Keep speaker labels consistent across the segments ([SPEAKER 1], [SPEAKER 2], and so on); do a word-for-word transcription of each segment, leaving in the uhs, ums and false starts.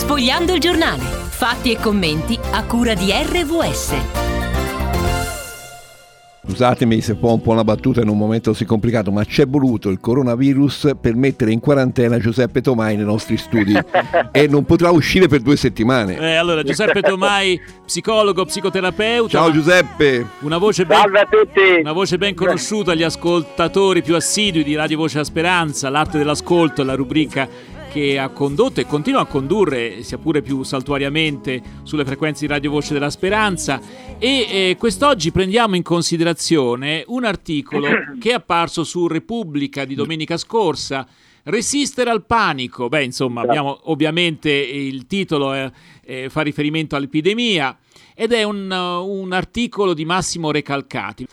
[SPEAKER 1] Sfogliando il giornale. Fatti e commenti a cura di R V S.
[SPEAKER 2] Scusatemi se fa un po' una battuta in un momento così complicato, ma c'è voluto il coronavirus per mettere in quarantena Giuseppe Tomai nei nostri studi e non potrà uscire per due settimane.
[SPEAKER 3] Eh, allora, Giuseppe Tomai, psicologo, psicoterapeuta.
[SPEAKER 2] Ciao Giuseppe.
[SPEAKER 3] Una voce ben,
[SPEAKER 4] Salve a tutti.
[SPEAKER 3] Una voce ben conosciuta agli ascoltatori più assidui di Radio Voce della Speranza, l'arte dell'ascolto, la rubrica che ha condotto e continua a condurre, sia pure più saltuariamente, sulle frequenze di Radio Voce della Speranza. E eh, quest'oggi prendiamo in considerazione un articolo che è apparso su Repubblica di domenica scorsa, Resistere al panico. Beh, insomma, abbiamo ovviamente il titolo eh, eh, fa riferimento all'epidemia ed è un, uh, un articolo di Massimo Recalcati.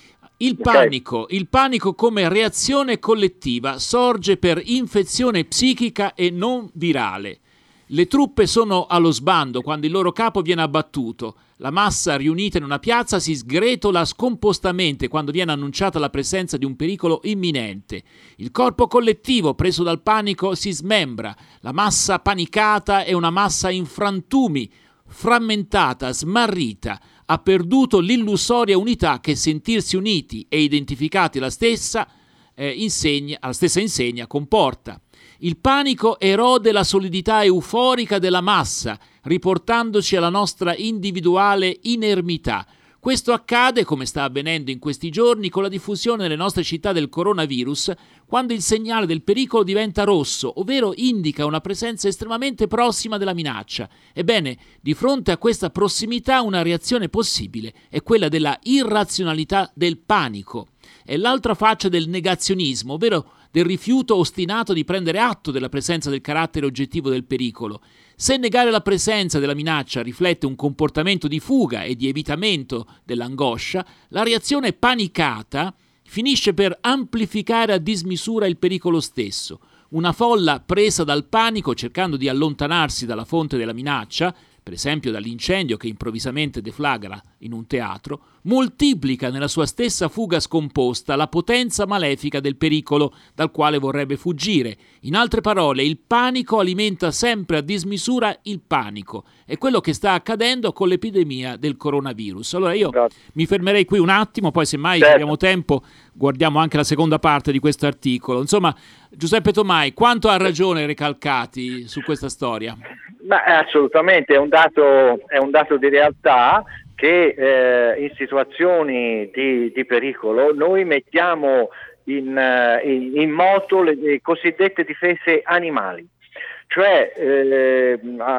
[SPEAKER 3] Il panico, il panico come reazione collettiva sorge per infezione psichica e non virale. Le truppe sono allo sbando quando il loro capo viene abbattuto. La massa riunita in una piazza si sgretola scompostamente quando viene annunciata la presenza di un pericolo imminente. Il corpo collettivo preso dal panico si smembra. La massa panicata è una massa in frantumi, frammentata, smarrita. Ha perduto l'illusoria unità che sentirsi uniti e identificati alla stessa, eh, insegna, alla stessa insegna comporta. Il panico erode la solidità euforica della massa, riportandoci alla nostra individuale inermità. Questo accade, come sta avvenendo in questi giorni, con la diffusione nelle nostre città del coronavirus, quando il segnale del pericolo diventa rosso, ovvero indica una presenza estremamente prossima della minaccia. Ebbene, di fronte a questa prossimità una reazione possibile è quella della irrazionalità del panico. È l'altra faccia del negazionismo, ovvero del rifiuto ostinato di prendere atto della presenza del carattere oggettivo del pericolo. Se negare la presenza della minaccia riflette un comportamento di fuga e di evitamento dell'angoscia, la reazione panicata finisce per amplificare a dismisura il pericolo stesso. Una folla presa dal panico cercando di allontanarsi dalla fonte della minaccia, per esempio dall'incendio che improvvisamente deflagra in un teatro, moltiplica nella sua stessa fuga scomposta la potenza malefica del pericolo dal quale vorrebbe fuggire. In altre parole, il panico alimenta sempre a dismisura il panico. È quello che sta accadendo con l'epidemia del coronavirus. Allora io Grazie. mi fermerei qui un attimo, poi semmai certo. abbiamo tempo guardiamo anche la seconda parte di questo articolo. Insomma, Giuseppe Tomai, quanto ha ragione Recalcati su questa storia?
[SPEAKER 4] Beh, assolutamente, è un dato, è un dato di realtà che eh, in situazioni di, di pericolo noi mettiamo in, in, in moto le, le cosiddette difese animali. Cioè eh,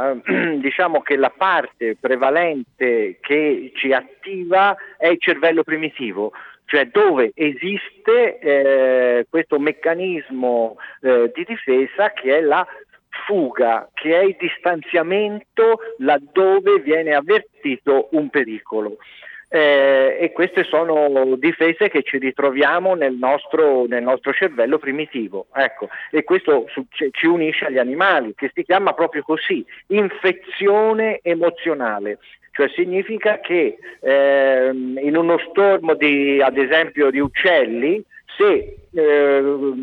[SPEAKER 4] diciamo che la parte prevalente che ci attiva è il cervello primitivo, cioè dove esiste eh, questo meccanismo eh, di difesa che è la fuga, che è il distanziamento laddove viene avvertito un pericolo. Eh, e queste sono difese che ci ritroviamo nel nostro, nel nostro cervello primitivo, ecco, e questo su, ci unisce agli animali, che si chiama proprio così, infezione emozionale. Cioè significa che ehm, in uno stormo di, ad esempio, di uccelli, se eh,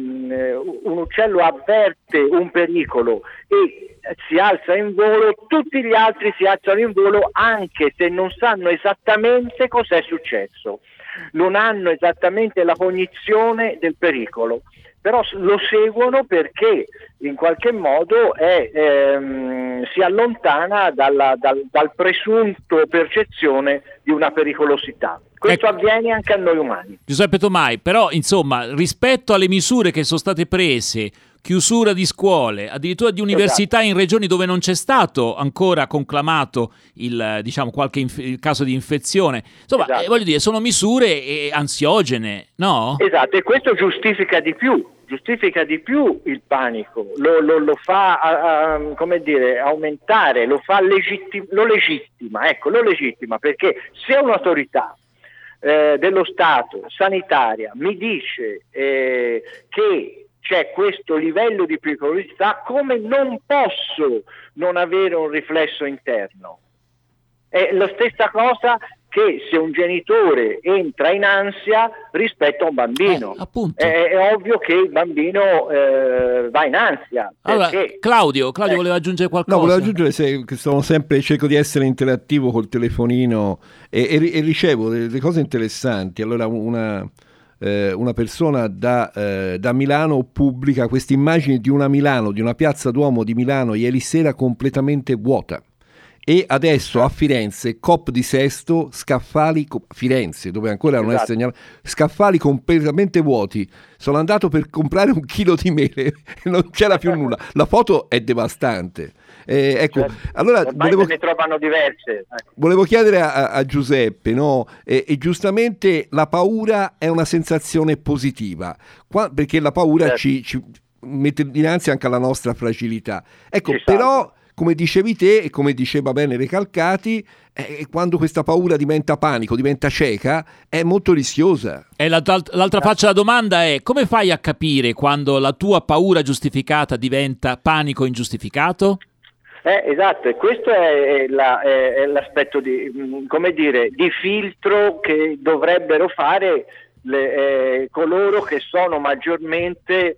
[SPEAKER 4] un uccello avverte un pericolo e si alza in volo, tutti gli altri si alzano in volo anche se non sanno esattamente cos'è successo, non hanno esattamente la cognizione del pericolo, però lo seguono perché in qualche modo è, ehm, si allontana dalla, dal, dal presunto percezione di una pericolosità. Questo ecco. avviene anche a noi umani.
[SPEAKER 3] Giuseppe Tomai, però insomma, rispetto alle misure che sono state prese, chiusura di scuole, addirittura di università esatto. in regioni dove non c'è stato ancora conclamato il, diciamo, qualche inf- il caso di infezione, insomma, esatto. eh, voglio dire, sono misure eh, ansiogene, no?
[SPEAKER 4] Esatto, e questo giustifica di più. giustifica di più il panico, lo, lo, lo fa a, a, come dire, aumentare, lo fa legittim- lo legittima, ecco, lo legittima, perché se un'autorità eh, dello Stato sanitaria mi dice eh, che c'è questo livello di pericolosità, come non posso non avere un riflesso interno? È la stessa cosa che se un genitore entra in ansia rispetto a un bambino,
[SPEAKER 3] eh,
[SPEAKER 4] è, è ovvio che il bambino eh, va in ansia.
[SPEAKER 3] Allora,
[SPEAKER 4] perché...
[SPEAKER 3] Claudio, Claudio
[SPEAKER 4] eh.
[SPEAKER 3] voleva aggiungere qualcosa?
[SPEAKER 2] No, volevo aggiungere se, che sono sempre, cerco di essere interattivo col telefonino e, e, e ricevo delle cose interessanti. Allora una, eh, una persona da, eh, da Milano pubblica queste immagini di una Milano, di una piazza Duomo di Milano ieri sera completamente vuota. E adesso a Firenze, COP di Sesto, scaffali, Firenze, dove ancora non
[SPEAKER 4] esatto.
[SPEAKER 2] è segnalato, scaffali completamente vuoti. Sono andato per comprare un chilo di mele e non c'era più nulla. La foto è devastante. Eh, ecco,
[SPEAKER 4] certo.
[SPEAKER 2] allora
[SPEAKER 4] Ormai
[SPEAKER 2] volevo,
[SPEAKER 4] ne trovano diverse. Ecco.
[SPEAKER 2] Volevo chiedere a, a Giuseppe, no? E, e giustamente la paura è una sensazione positiva, qua, perché la paura
[SPEAKER 4] certo.
[SPEAKER 2] ci, ci mette dinanzi anche alla nostra fragilità. Ecco,
[SPEAKER 4] Ci
[SPEAKER 2] però...
[SPEAKER 4] salva.
[SPEAKER 2] Come dicevi te e come diceva bene Recalcati, eh, quando questa paura diventa panico, diventa cieca, è molto rischiosa.
[SPEAKER 3] E l'altra, l'altra faccia della domanda è: come fai a capire quando la tua paura giustificata diventa panico ingiustificato?
[SPEAKER 4] Eh, esatto, e questo è, la, è, è l'aspetto di, come dire, di filtro che dovrebbero fare le, eh, coloro che sono maggiormente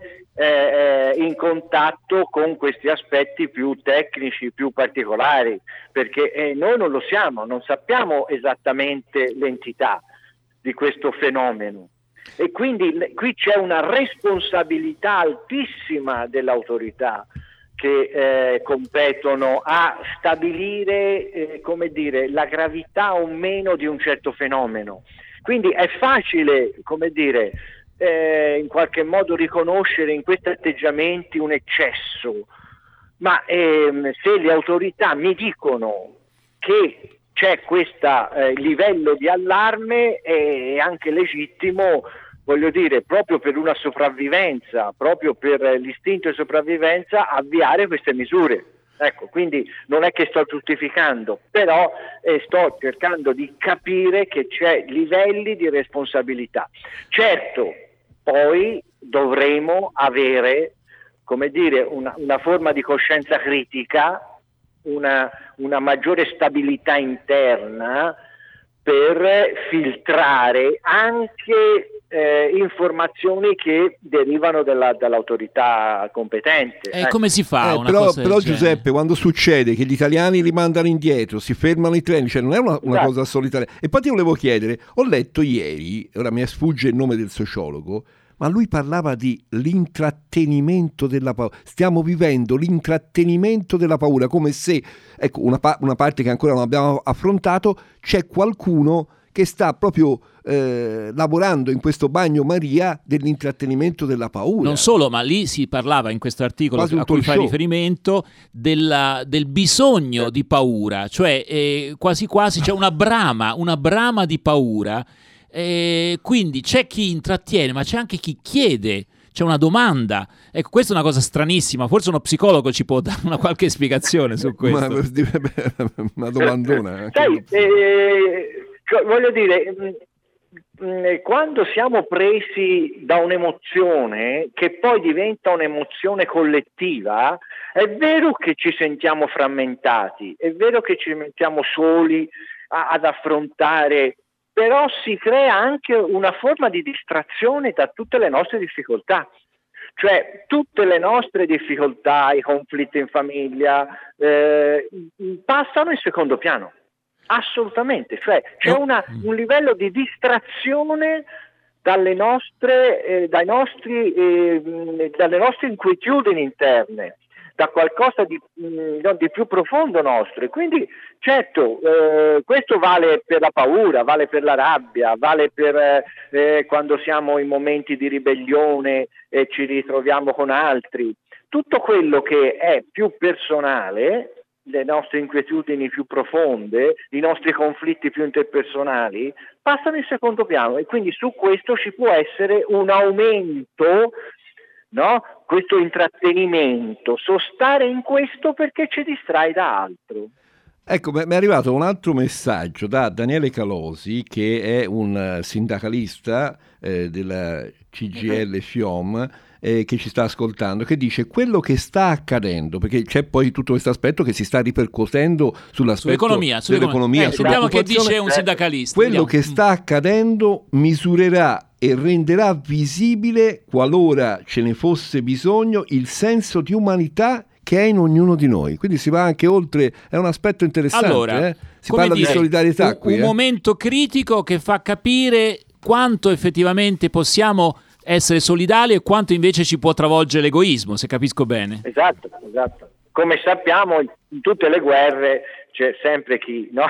[SPEAKER 4] eh, in contatto con questi aspetti più tecnici, più particolari, perché eh, noi non lo siamo, non sappiamo esattamente l'entità di questo fenomeno. E quindi le, qui c'è una responsabilità altissima dell'autorità che eh, competono a stabilire eh, come dire, la gravità o meno di un certo fenomeno. Quindi è facile, come dire, eh, in qualche modo riconoscere in questi atteggiamenti un eccesso, ma ehm, se le autorità mi dicono che c'è questo eh, livello di allarme, è anche legittimo, voglio dire, proprio per una sopravvivenza, proprio per l'istinto di sopravvivenza, avviare queste misure. Ecco, quindi non è che sto giustificando, però eh, sto cercando di capire che c'è livelli di responsabilità. Certo, poi dovremo avere, come dire, una, una forma di coscienza critica, una, una maggiore stabilità interna per filtrare anche eh, informazioni che derivano dalla, dall'autorità competente.
[SPEAKER 3] E eh. come si fa
[SPEAKER 2] eh,
[SPEAKER 3] una
[SPEAKER 2] però,
[SPEAKER 3] cosa
[SPEAKER 2] però
[SPEAKER 3] del
[SPEAKER 2] Giuseppe,
[SPEAKER 3] genere?
[SPEAKER 2] quando succede che gli italiani li mandano indietro, si fermano i treni, cioè non è una, una
[SPEAKER 4] esatto.
[SPEAKER 2] cosa solitaria. E poi ti volevo chiedere, ho letto ieri, ora mi sfugge il nome del sociologo, ma lui parlava di l'intrattenimento della paura. Stiamo vivendo l'intrattenimento della paura, come se, ecco, una, pa- una parte che ancora non abbiamo affrontato, c'è qualcuno che sta proprio eh, lavorando in questo bagnomaria dell'intrattenimento della paura.
[SPEAKER 3] Non solo, ma lì si parlava in questo articolo
[SPEAKER 2] Quasi un
[SPEAKER 3] a cui
[SPEAKER 2] talk
[SPEAKER 3] fai
[SPEAKER 2] show.
[SPEAKER 3] riferimento della, del bisogno di paura, cioè eh, quasi quasi c'è una brama, una brama di paura. Eh, quindi c'è chi intrattiene, ma c'è anche chi chiede, c'è una domanda. Ecco, questa è una cosa stranissima, forse uno psicologo ci può dare una qualche spiegazione su questo.
[SPEAKER 2] Ma, una domandona.
[SPEAKER 4] Sai, eh, cioè, voglio dire, mh, mh, quando siamo presi da un'emozione che poi diventa un'emozione collettiva, è vero che ci sentiamo frammentati, è vero che ci sentiamo soli a, ad affrontare, però si crea anche una forma di distrazione da tutte le nostre difficoltà. Cioè tutte le nostre difficoltà, i conflitti in famiglia, eh, passano in secondo piano, assolutamente. Cioè c'è una, un livello di distrazione dalle nostre, eh, dai nostri, eh, dalle nostre inquietudini interne, da qualcosa di, mh, di più profondo nostro. E quindi certo, eh, questo vale per la paura, vale per la rabbia, vale per eh, quando siamo in momenti di ribellione e ci ritroviamo con altri. Tutto quello che è più personale, le nostre inquietudini più profonde, i nostri conflitti più interpersonali, passano in secondo piano, e quindi su questo ci può essere un aumento, no? Questo intrattenimento, sostare in questo perché ci distrae da altro.
[SPEAKER 2] Ecco, mi è arrivato un altro messaggio da Daniele Calosi, che è un sindacalista eh, della C G I L FIOM, eh, che ci sta ascoltando, che dice quello che sta accadendo, perché c'è poi tutto questo aspetto che si sta ripercuotendo sull'aspetto
[SPEAKER 3] sull'economia,
[SPEAKER 2] dell'economia.
[SPEAKER 3] eh, sentiamo che dice un sindacalista.
[SPEAKER 2] Quello
[SPEAKER 3] vediamo.
[SPEAKER 2] che sta accadendo misurerà e renderà visibile, qualora ce ne fosse bisogno, il senso di umanità che è in ognuno di noi. Quindi si va anche oltre, è un aspetto interessante.
[SPEAKER 3] Allora,
[SPEAKER 2] eh? Si parla
[SPEAKER 3] dire,
[SPEAKER 2] di solidarietà
[SPEAKER 3] un,
[SPEAKER 2] qui.
[SPEAKER 3] Un
[SPEAKER 2] eh?
[SPEAKER 3] momento critico che fa capire quanto effettivamente possiamo essere solidali e quanto invece ci può travolgere l'egoismo, se capisco bene.
[SPEAKER 4] Esatto, esatto. Come sappiamo, in tutte le guerre c'è sempre chi, no?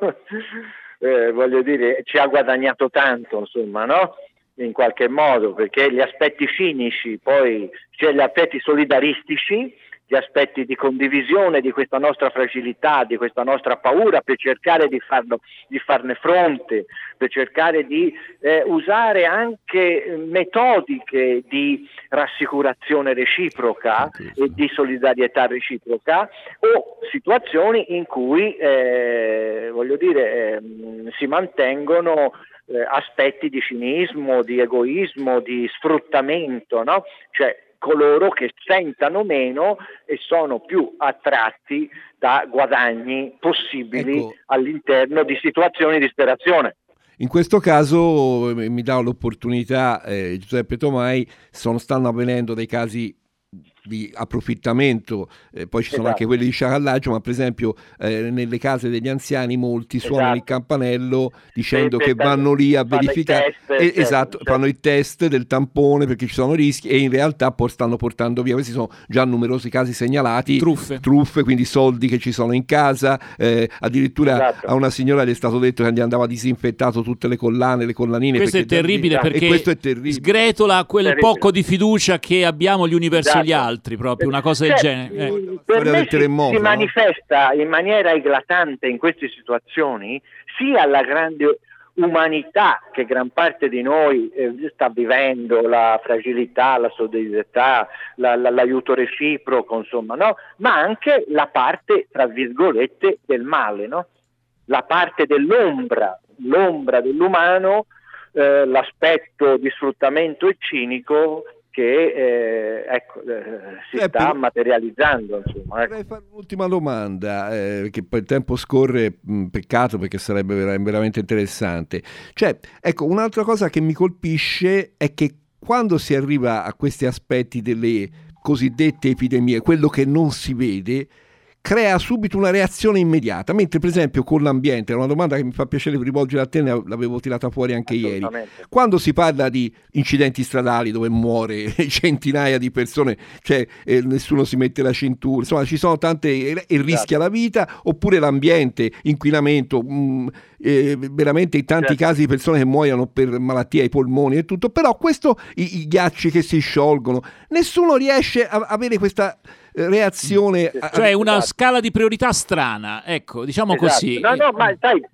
[SPEAKER 4] eh, voglio dire, ci ha guadagnato tanto, insomma, no? In qualche modo, perché gli aspetti cinici, poi c'è gli aspetti solidaristici, gli aspetti di condivisione di questa nostra fragilità, di questa nostra paura, per cercare di farlo, di farne fronte, per cercare di eh, usare anche metodiche di rassicurazione reciproca e di solidarietà reciproca, o situazioni in cui eh, voglio dire eh, si mantengono eh, aspetti di cinismo, di egoismo, di sfruttamento, no? Cioè coloro che sentano meno e sono più attratti da guadagni possibili, ecco, all'interno di situazioni di disperazione.
[SPEAKER 2] In questo caso mi dà l'opportunità, eh, Giuseppe Tomai, sono, stanno avvenendo dei casi di approfittamento, eh, poi ci sono, esatto, anche quelli di sciacallaggio, ma per esempio eh, nelle case degli anziani molti suonano, esatto, il campanello dicendo sì, che vanno lì a verificare, test, eh, certo, esatto, certo, fanno i test del tampone perché ci sono rischi, e in realtà poi stanno portando via, questi sono già numerosi casi segnalati, truffe, truffe quindi soldi che ci sono in casa, eh, addirittura, esatto, a una signora le è stato detto che gli andava disinfettato tutte le collane, le collanine.
[SPEAKER 3] Questo è terribile, perché
[SPEAKER 2] questo è terribile,
[SPEAKER 3] sgretola quel
[SPEAKER 4] terribile.
[SPEAKER 3] poco di fiducia che abbiamo gli uni verso, esatto, gli altri. Proprio una cosa del, cioè, genere eh.
[SPEAKER 4] Per me si, si manifesta in maniera eclatante in queste situazioni sia la grande umanità che gran parte di noi eh, sta vivendo, la fragilità, la solidarietà, la, la, l'aiuto reciproco, insomma, no? Ma anche la parte, tra virgolette, del male, no? La parte dell'ombra, l'ombra dell'umano, eh, l'aspetto di sfruttamento e cinico che eh, ecco, eh, si eh, sta per... materializzando, insomma. Ecco.
[SPEAKER 2] Vorrei fare un'ultima domanda, eh, che poi il tempo scorre, mh, peccato, perché sarebbe ver- veramente interessante. Cioè, ecco, un'altra cosa che mi colpisce è che quando si arriva a questi aspetti delle cosiddette epidemie, quello che non si vede crea subito una reazione immediata, mentre per esempio con l'ambiente, è una domanda che mi fa piacere rivolgere a te, ne l'avevo tirata fuori anche ieri, quando si parla di incidenti stradali dove muore centinaia di persone, cioè eh, nessuno si mette la cintura, insomma ci sono tante, e, e rischia la vita, oppure l'ambiente, inquinamento, mh, eh, veramente in tanti certo. casi di persone che muoiono per malattie ai polmoni e tutto, però questo, i, i ghiacci che si sciolgono, nessuno riesce a avere questa reazione,
[SPEAKER 3] cioè una scala di priorità strana, ecco, diciamo esatto. così.
[SPEAKER 4] No, no, ma sai,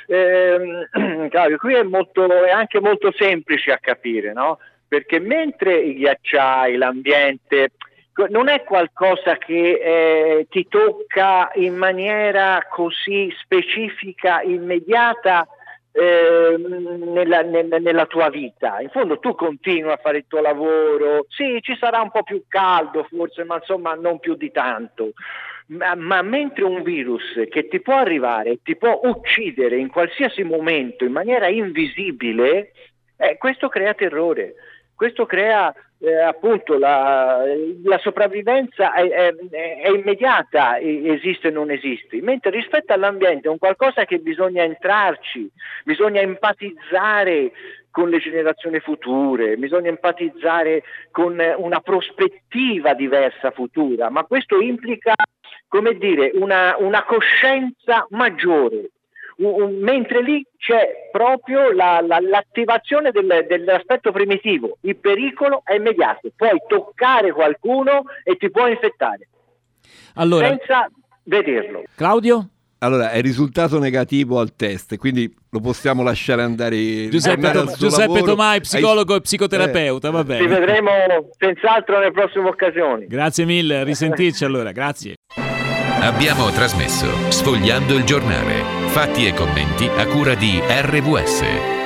[SPEAKER 4] ehm, Claudio, qui è molto, è anche molto semplice a capire, no? Perché mentre i ghiacciai, l'ambiente non è qualcosa che eh, ti tocca in maniera così specifica, immediata, Eh, nella, nella, nella tua vita. In fondo tu continui a fare il tuo lavoro, sì, ci sarà un po' più caldo forse, ma insomma non più di tanto, ma, ma mentre un virus che ti può arrivare, ti può uccidere in qualsiasi momento in maniera invisibile, eh, questo crea terrore, questo crea eh, appunto la, la sopravvivenza è, è, è immediata, esiste o non esiste, mentre rispetto all'ambiente è un qualcosa che bisogna entrarci, bisogna empatizzare con le generazioni future, bisogna empatizzare con una prospettiva diversa futura, ma questo implica, come dire, una, una coscienza maggiore. Un, un, mentre lì c'è proprio la, la, l'attivazione del, dell'aspetto primitivo, il pericolo è immediato, puoi toccare qualcuno e ti può infettare
[SPEAKER 3] allora,
[SPEAKER 4] senza vederlo.
[SPEAKER 3] Claudio?
[SPEAKER 2] Allora, è risultato negativo al test, quindi lo possiamo lasciare andare.
[SPEAKER 3] Giuseppe,
[SPEAKER 2] andare
[SPEAKER 3] Tom- Giuseppe Tomai, psicologo
[SPEAKER 2] Hai...
[SPEAKER 3] e psicoterapeuta,
[SPEAKER 2] eh.
[SPEAKER 3] va bene.
[SPEAKER 4] Ci vedremo senz'altro nelle prossime occasioni.
[SPEAKER 3] Grazie mille, risentirci allora, grazie.
[SPEAKER 5] Abbiamo trasmesso Sfogliando il giornale, fatti e commenti a cura di R V S.